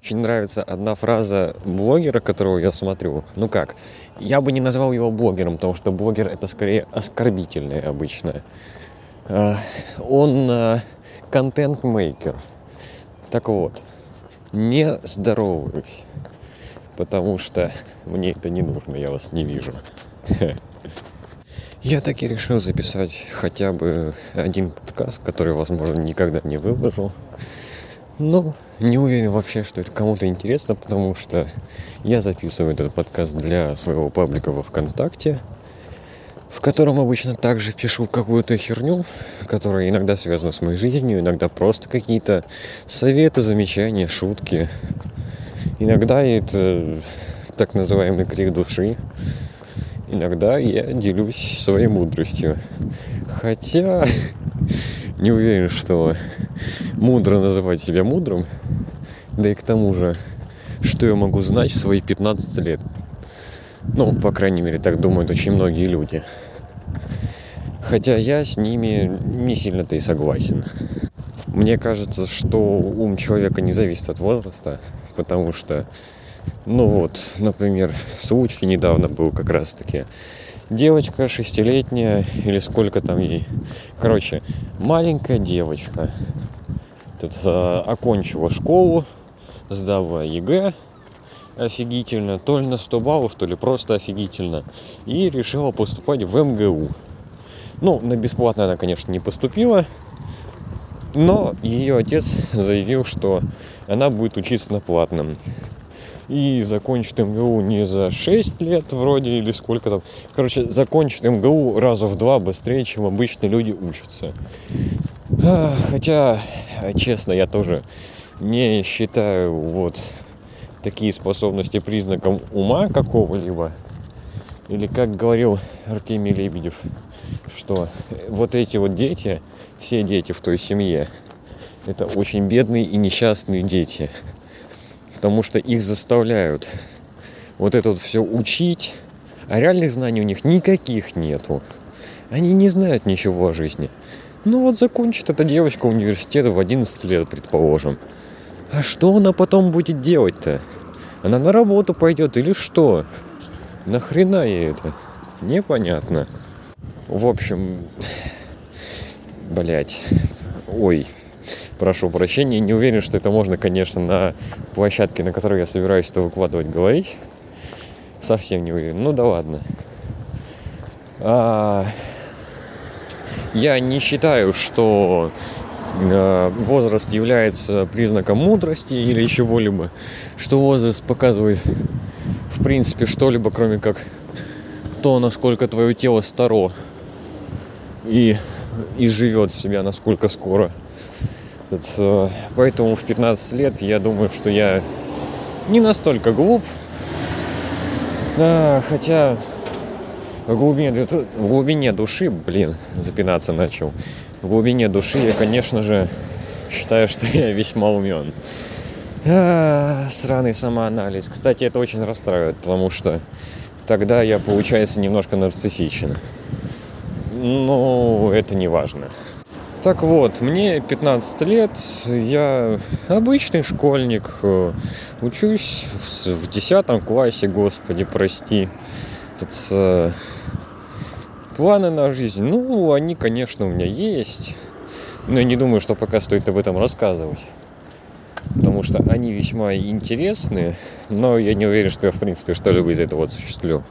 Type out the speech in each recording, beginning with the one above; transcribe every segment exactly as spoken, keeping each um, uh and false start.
Очень нравится одна фраза блогера, которого я смотрю. Ну как, я бы не назвал его блогером, потому что блогер — это скорее оскорбительное обычно. Он контент-мейкер. Так вот, не здороваюсь, потому что мне это не нужно, я вас не вижу. Я так и решил записать хотя бы один подкаст, который, возможно, никогда не выложу. Но не уверен вообще, что это кому-то интересно, потому что я записываю этот подкаст для своего паблика во ВКонтакте, в котором обычно также пишу какую-то херню, которая иногда связана с моей жизнью, иногда просто какие-то советы, замечания, шутки. Иногда это так называемый крик души. Иногда я делюсь своей мудростью. Хотя не уверен, что мудро называть себя мудрым. Да и к тому же, что я могу знать в свои пятнадцать лет? Ну, по крайней мере, так думают очень многие люди. Хотя я с ними не сильно-то и согласен. Мне кажется, что ум человека не зависит от возраста, потому что, ну вот, например, случай недавно был как раз-таки. Девочка шестилетняя, или сколько там ей. Короче, маленькая девочка. Тут, а, окончила школу, сдала ЕГЭ офигительно, то ли на сто баллов, то ли просто офигительно. И решила поступать в эм гэ у. Ну, на бесплатно она, конечно, не поступила. Но ее отец заявил, что она будет учиться на платном. И закончит эм гэ у не за шесть лет вроде, или сколько там. Короче, закончит эм гэ у раза в два быстрее, чем обычно люди учатся. Хотя, честно, я тоже не считаю вот такие способности признаком ума какого-либо. Или, как говорил Артемий Лебедев, что вот эти вот дети, все дети в той семье, это очень бедные и несчастные дети. Потому что их заставляют вот это вот все учить, а реальных знаний у них никаких нету. Они не знают ничего о жизни. Ну вот закончит эта девочка университет в одиннадцать лет, предположим. А что она потом будет делать-то? Она на работу пойдет или что? Нахрена ей это? Непонятно. В общем, блять, ой, прошу прощения, не уверен, что это можно, конечно, на площадке, на которой я собираюсь это выкладывать, говорить. Совсем не уверен. Ну да ладно. А... Я не считаю, что э, возраст является признаком мудрости или чего-либо, что возраст показывает, в принципе, что-либо, кроме как то, насколько твое тело старо и, и живет в себя, насколько скоро. Это, поэтому в пятнадцать лет я думаю, что я не настолько глуп, а, хотя... В глубине, в глубине души, блин, запинаться начал. В глубине души я, конечно же, считаю, что я весьма умен. А, сраный самоанализ. Кстати, это очень расстраивает, потому что тогда я, получается, немножко нарциссичен. Но это не важно. Так вот, мне пятнадцать лет, я обычный школьник, учусь в десятом классе, господи, прости. Это, планы на жизнь, ну, они, конечно, у меня есть, но я не думаю, что пока стоит об этом рассказывать, потому что они весьма интересны, но я не уверен, что я, в принципе, что-либо из этого осуществлю.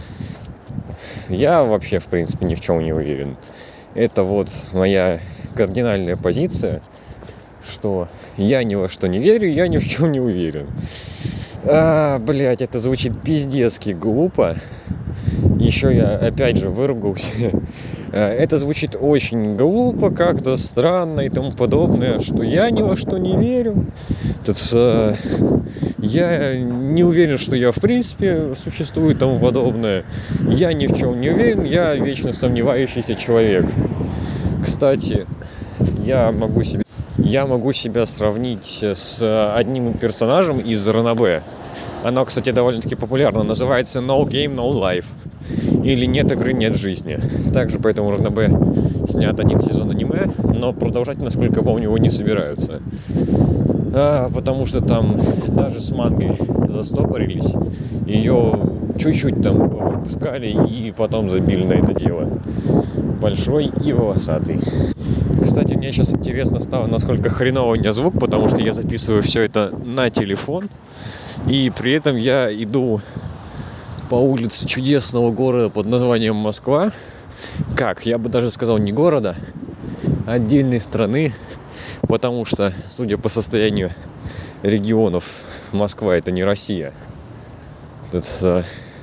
Я вообще, в принципе, ни в чем не уверен. Это вот моя кардинальная позиция, что я ни во что не верю, я ни в чем не уверен. А, блять, это звучит пиздецки глупо. Еще я опять же выругался. Это звучит очень глупо, как-то странно и тому подобное, что я ни во что не верю. Тут, э, я не уверен, что я в принципе существую и тому подобное. Я ни в чем не уверен, я вечно сомневающийся человек. Кстати, я могу себе, я могу себя сравнить с одним персонажем из Ранобэ. Оно, кстати, довольно-таки популярно. Называется No Game, No Life. Или Нет игры, нет жизни. Также по этому Ранобэ снят один сезон аниме, но продолжать, насколько я помню, его не собираются. а, потому что там даже с мангой застопорились. Ее чуть-чуть там выпускали и потом забили на это дело. Большой и волосатый. Кстати, мне сейчас интересно стало, насколько хреново у меня звук, потому что я записываю все это на телефон. И при этом я иду по улице чудесного города под названием Москва. Как? Я бы даже сказал, не города, а отдельной страны. Потому что, судя по состоянию регионов, Москва — это не Россия. Это,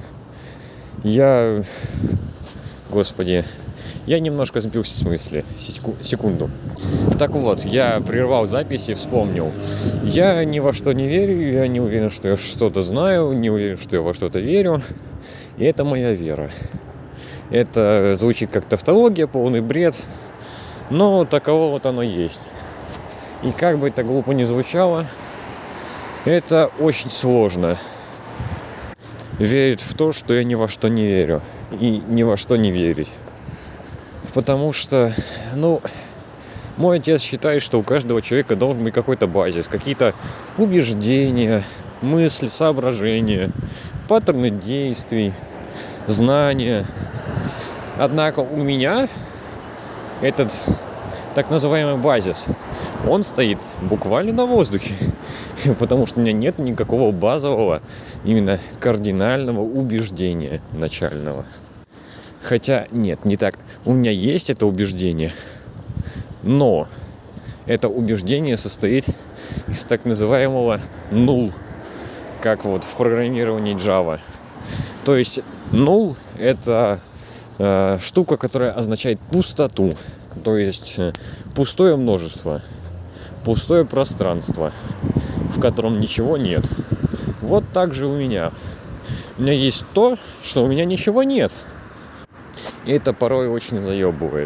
я... Господи... Я немножко сбился с мысли. Секунду. Так вот, я прервал запись и вспомнил. Я ни во что не верю, я не уверен, что я что-то знаю, не уверен, что я во что-то верю. И это моя вера. Это звучит как тавтология, полный бред, но таково вот оно есть. И как бы это глупо ни звучало, это очень сложно верить в то, что я ни во что не верю. И ни во что не верить. Потому что, ну, мой отец считает, что у каждого человека должен быть какой-то базис, какие-то убеждения, мысли, соображения, паттерны действий, знания. Однако у меня этот так называемый базис, он стоит буквально на воздухе, потому что у меня нет никакого базового, именно кардинального убеждения начального. Хотя, нет, не так. У меня есть это убеждение, но это убеждение состоит из так называемого null, как вот в программировании Java. То есть null — это э, штука, которая означает пустоту, то есть э, пустое множество, пустое пространство, в котором ничего нет. Вот так же у меня. У меня есть то, что у меня ничего нет. И это порой очень заебывает.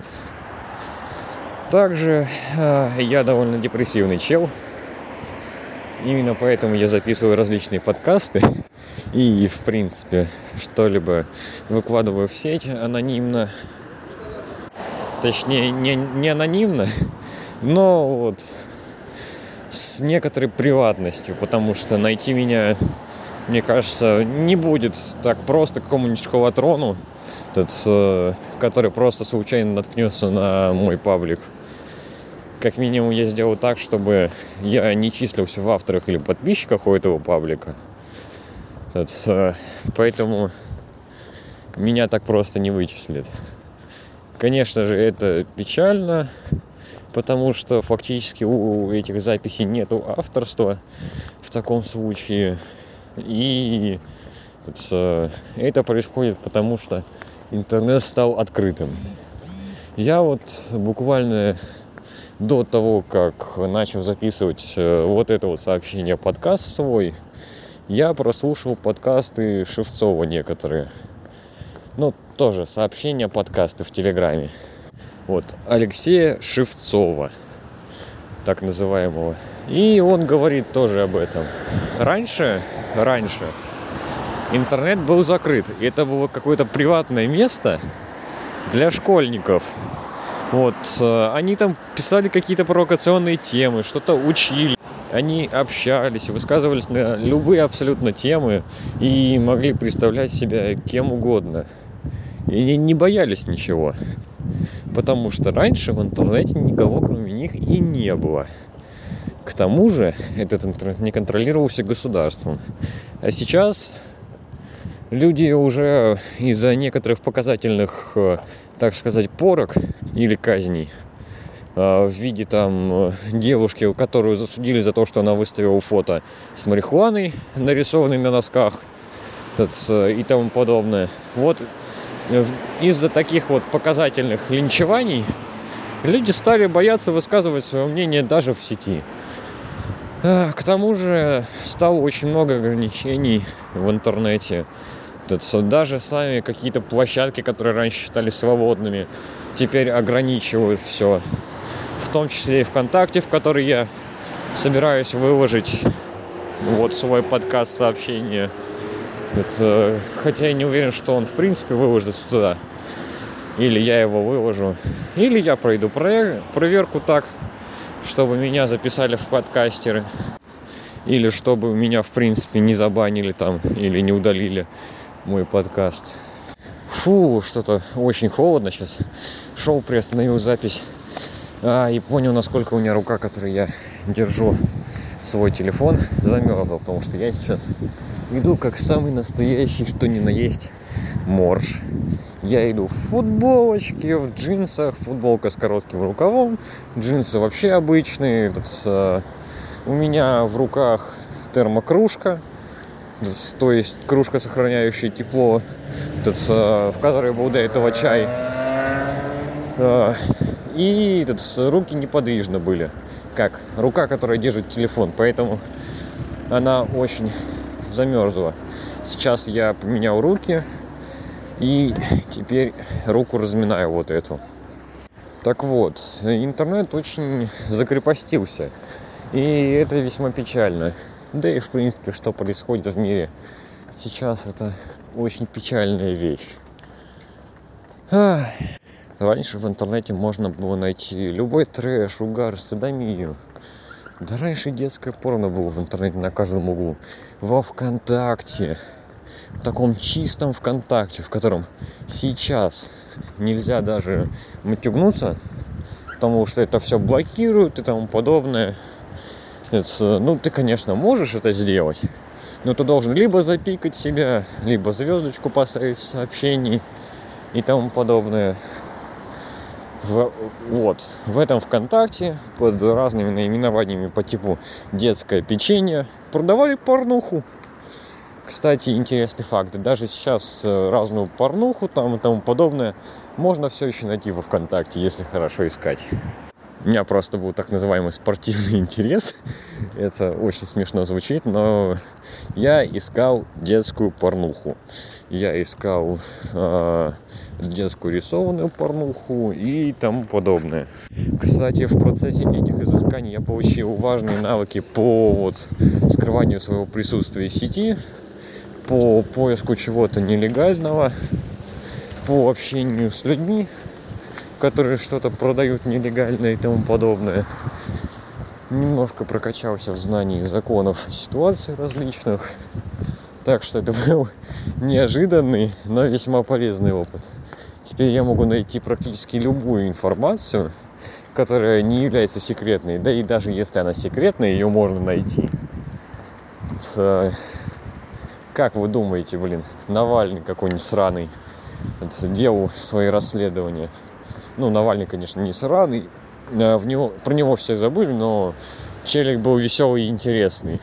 Также э, я довольно депрессивный чел. Именно поэтому я записываю различные подкасты. И, в принципе, что-либо выкладываю в сеть анонимно. Точнее, не, не анонимно, но вот с некоторой приватностью. Потому что найти меня, мне кажется, не будет так просто какому-нибудь школотрону, Этот, который просто случайно наткнется на мой паблик. Как минимум я сделал так, чтобы я не числился в авторах или подписчиках у этого паблика. Это, поэтому меня так просто не вычислят. Конечно же, это печально, потому что фактически у этих записей нету авторства в таком случае. И это, это происходит потому, что интернет стал открытым. Я вот буквально до того, как начал записывать вот это вот сообщение, подкаст свой, я прослушал подкасты Шевцова некоторые. Ну, тоже сообщения, подкасты в Телеграме. Вот, Алексея Шевцова, так называемого. И он говорит тоже об этом. Раньше, раньше интернет был закрыт. И это было какое-то приватное место для школьников. Вот, они там писали какие-то провокационные темы, что-то учили. Они общались, высказывались на любые абсолютно темы и могли представлять себя кем угодно. И не боялись ничего. Потому что раньше в интернете никого кроме них и не было. К тому же этот интернет не контролировался государством. А сейчас люди уже из-за некоторых показательных, так сказать, порок или казней в виде там девушки, которую засудили за то, что она выставила фото с марихуаной, нарисованной на носках, и тому подобное. Вот из-за таких вот показательных линчеваний люди стали бояться высказывать свое мнение даже в сети. К тому же стало очень много ограничений в интернете. Даже сами какие-то площадки, которые раньше считались свободными, теперь ограничивают все. В том числе и ВКонтакте, в который я собираюсь выложить вот свой подкаст сообщения. Это, хотя я не уверен, что он в принципе выложится туда. Или я его выложу, или я пройду проверку так, чтобы меня записали в подкастеры, или чтобы меня, в принципе, не забанили там, или не удалили мой подкаст. Фу, что-то очень холодно сейчас. Шел, приостановил запись а, и понял, насколько у меня рука, которой я держу свой телефон, замерзла, потому что я сейчас иду как самый настоящий, что ни на есть, морж. Я иду в футболочке, в джинсах, футболка с коротким рукавом, джинсы вообще обычные. Этот, а, у меня в руках термокружка, то есть кружка, сохраняющая тепло, этот, а, в которой был до этого чай. А, и этот, руки неподвижно были. Как рука, которая держит телефон, поэтому она очень замерзла. Сейчас я поменял руки и теперь руку разминаю вот эту. Так вот, интернет очень закрепостился, и это весьма печально. Да и в принципе, что происходит в мире сейчас, это очень печальная вещь. Ах. Раньше в интернете можно было найти любой трэш, угар, содомию. Да раньше детское порно было в интернете на каждом углу. Во ВКонтакте. В таком чистом ВКонтакте, в котором сейчас нельзя даже матюгнуться, потому что это все блокируют и тому подобное. Это, ну, ты, конечно, можешь это сделать, но ты должен либо запикать себя, либо звездочку поставить в сообщении и тому подобное. В, вот, в этом ВКонтакте под разными наименованиями по типу детское печенье продавали порнуху. Кстати, интересный факт, даже сейчас разную порнуху там и тому подобное можно все еще найти во ВКонтакте, если хорошо искать. У меня просто был так называемый спортивный интерес. Это очень смешно звучит, но я искал детскую порнуху. Я искал э, детскую рисованную порнуху и тому подобное. Кстати, в процессе этих изысканий я получил важные навыки по вот, скрыванию своего присутствия в сети, по поиску чего-то нелегального, по общению с людьми, которые что-то продают нелегально и тому подобное. Немножко прокачался в знании законов и ситуаций различных. Так что это был неожиданный, но весьма полезный опыт. Теперь я могу найти практически любую информацию, которая не является секретной. Да и даже если она секретная, ее можно найти. Это, как вы думаете, блин, Навальный какой-нибудь сраный это, делал свои расследования? Ну, Навальный, конечно, не сраный, в него, про него все забыли, но челик был веселый и интересный.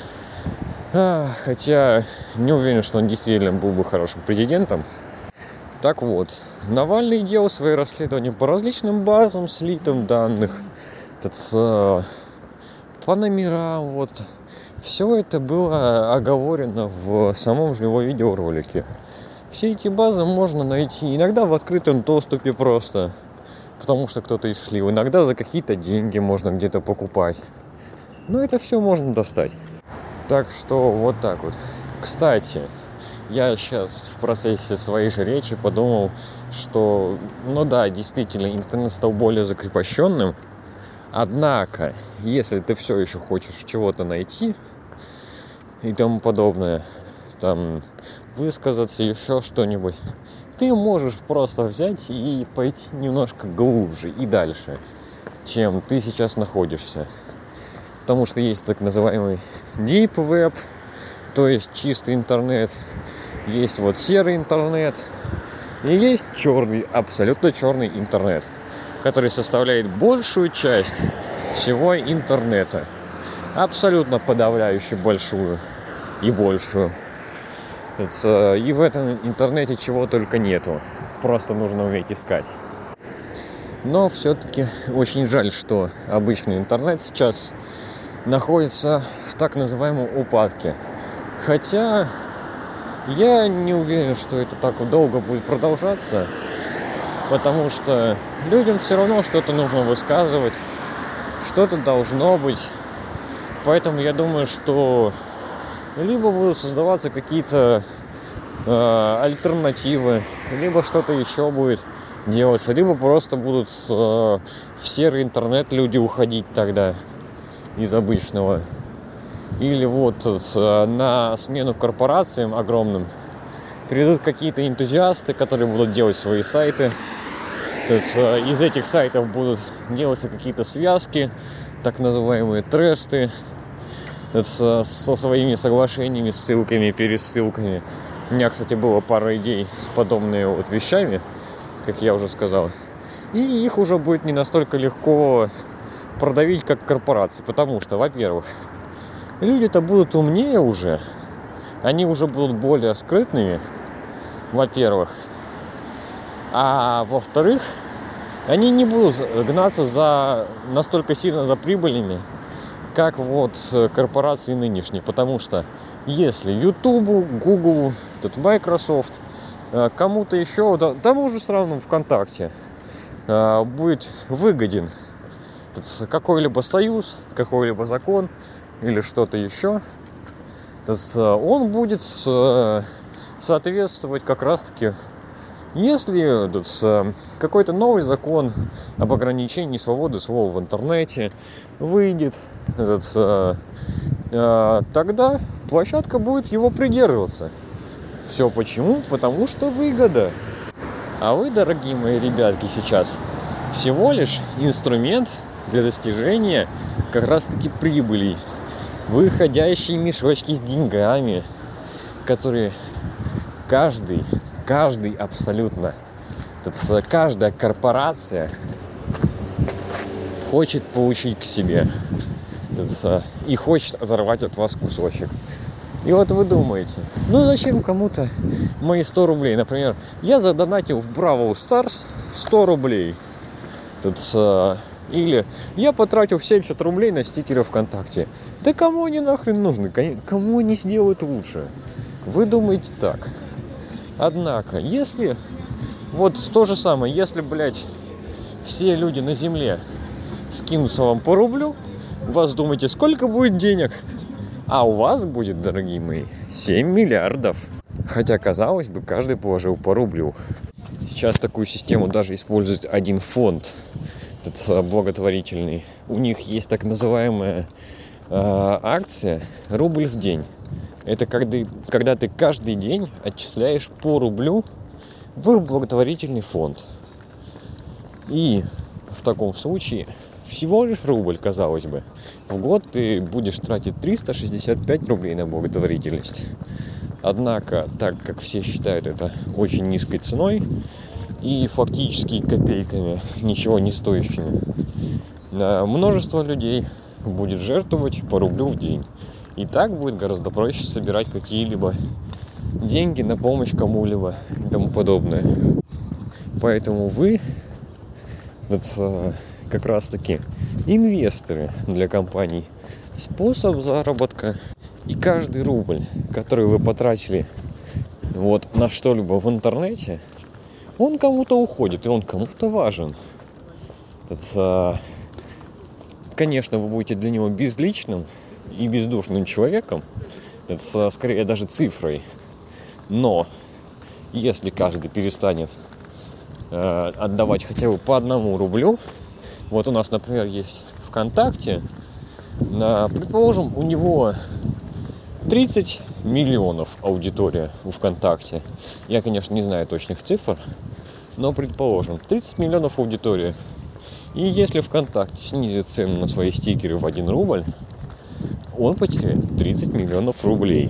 А, хотя не уверен, что он действительно был бы хорошим президентом. Так вот, Навальный делал свои расследования по различным базам, слитым данных, этот, по номерам, вот. Все это было оговорено в самом же его видеоролике. Все эти базы можно найти иногда в открытом доступе просто, потому что кто-то их слил. Иногда за какие-то деньги можно где-то покупать. Но это все можно достать. Так что вот так вот. Кстати, я сейчас в процессе своей же речи подумал, что, ну да, действительно, интернет стал более закрепощенным. Однако, если ты все еще хочешь чего-то найти и тому подобное, там, высказаться, еще что-нибудь, ты можешь просто взять и пойти немножко глубже и дальше, чем ты сейчас находишься. Потому что есть так называемый deep web, то есть чистый интернет, есть вот серый интернет, и есть черный, абсолютно черный интернет, который составляет большую часть всего интернета, абсолютно подавляющую большую и большую. Это, и в этом интернете чего только нету, просто нужно уметь искать. Но все-таки очень жаль, что обычный интернет сейчас находится в так называемом упадке. Хотя я не уверен, что это так долго будет продолжаться, потому что людям все равно что-то нужно высказывать, что-то должно быть. Поэтому я думаю, что либо будут создаваться какие-то э, альтернативы, либо что-то еще будет делаться, либо просто будут э, в серый интернет люди уходить тогда из обычного. Или вот э, на смену корпорациям огромным придут какие-то энтузиасты, которые будут делать свои сайты. То есть, э, из этих сайтов будут делаться какие-то связки, так называемые тресты, это, со своими соглашениями, ссылками, пересылками. У меня, кстати, было пара идей с подобными вот вещами, как я уже сказал. И их уже будет не настолько легко продавить, как корпорации. Потому что, во-первых, люди-то будут умнее уже. Они уже будут более скрытными, во-первых. А во-вторых, они не будут гнаться за, настолько сильно за прибылями, как вот корпорации нынешние. Потому что если YouTube, Google, этот Microsoft, кому-то еще, да, тому же сравненному ВКонтакте, будет выгоден какой-либо союз, какой-либо закон или что-то еще, он будет соответствовать как раз-таки, если какой-то новый закон об ограничении свободы слова в интернете выйдет, тогда площадка будет его придерживаться. Все почему? Потому что выгода. А вы, дорогие мои ребятки, сейчас всего лишь инструмент для достижения как раз-таки прибылей. Выходящие мешочки с деньгами, которые каждый, каждый абсолютно, каждая корпорация хочет получить к себе и хочет оторвать от вас кусочек. И вот вы думаете, ну зачем кому-то мои сто рублей? Например, я задонатил в Бравл Старс сто рублей. Тут, а, или я потратил семьдесят рублей на стикеры ВКонтакте. Да кому они нахрен нужны? Кому они сделают лучше? Вы думаете так. Однако, если... Вот то же самое, если, блядь, все люди на земле скинутся вам по рублю, у вас, думаете, сколько будет денег? А у вас будет, дорогие мои, семь миллиардов. Хотя, казалось бы, каждый положил по рублю. Сейчас такую систему даже использует один фонд, этот благотворительный. У них есть так называемая э, акция «Рубль в день». Это когда, когда ты каждый день отчисляешь по рублю в благотворительный фонд. И в таком случае всего лишь рубль, казалось бы, в год ты будешь тратить триста шестьдесят пять рублей на благотворительность. Однако, так как все считают это очень низкой ценой и фактически копейками, ничего не стоящими, множество людей будет жертвовать по рублю в день. И так будет гораздо проще собирать какие-либо деньги на помощь кому-либо и тому подобное. Поэтому вы это, как раз-таки инвесторы для компаний. Способ заработка. И каждый рубль, который вы потратили вот на что-либо в интернете, он кому-то уходит, и он кому-то важен. Это, конечно, вы будете для него безличным и бездушным человеком, это скорее даже цифрой. Но если каждый перестанет э, отдавать хотя бы по одному рублю, вот у нас, например, есть ВКонтакте, на, предположим, у него тридцать миллионов аудитория у ВКонтакте. Я, конечно, не знаю точных цифр, но предположим, тридцать миллионов аудитория. И если ВКонтакте снизит цену на свои стикеры в один рубль, он потеряет тридцать миллионов рублей.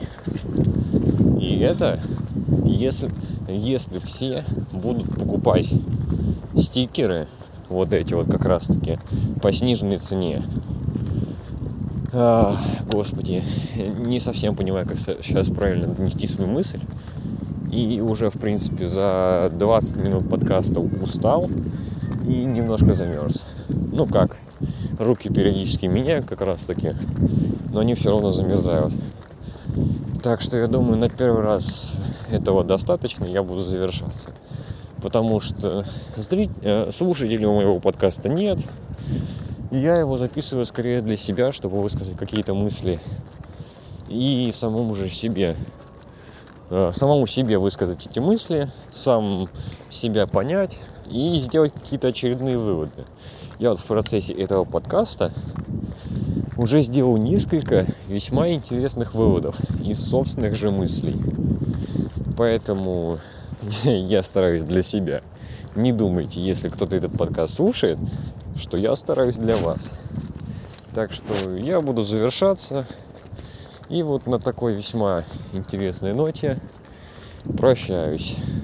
И это если, если все будут покупать стикеры, вот эти вот как раз таки, по сниженной цене. А, господи, не совсем понимаю, как сейчас правильно донести свою мысль. И уже, в принципе, за двадцать минут подкаста устал и немножко замерз. Ну как, руки периодически меняют как раз таки, но они все равно замерзают. Так что я думаю, на первый раз этого достаточно, я буду завершаться. Потому что зрит... слушателей у моего подкаста нет. Я его записываю скорее для себя, чтобы высказать какие-то мысли. И самому же себе, самому себе высказать эти мысли, сам себя понять, и сделать какие-то очередные выводы. Я вот в процессе этого подкаста уже сделал несколько весьма интересных выводов из собственных же мыслей. Поэтому я стараюсь для себя. Не думайте, если кто-то этот подкаст слушает, что я стараюсь для вас. Так что я буду завершаться. И вот на такой весьма интересной ноте прощаюсь.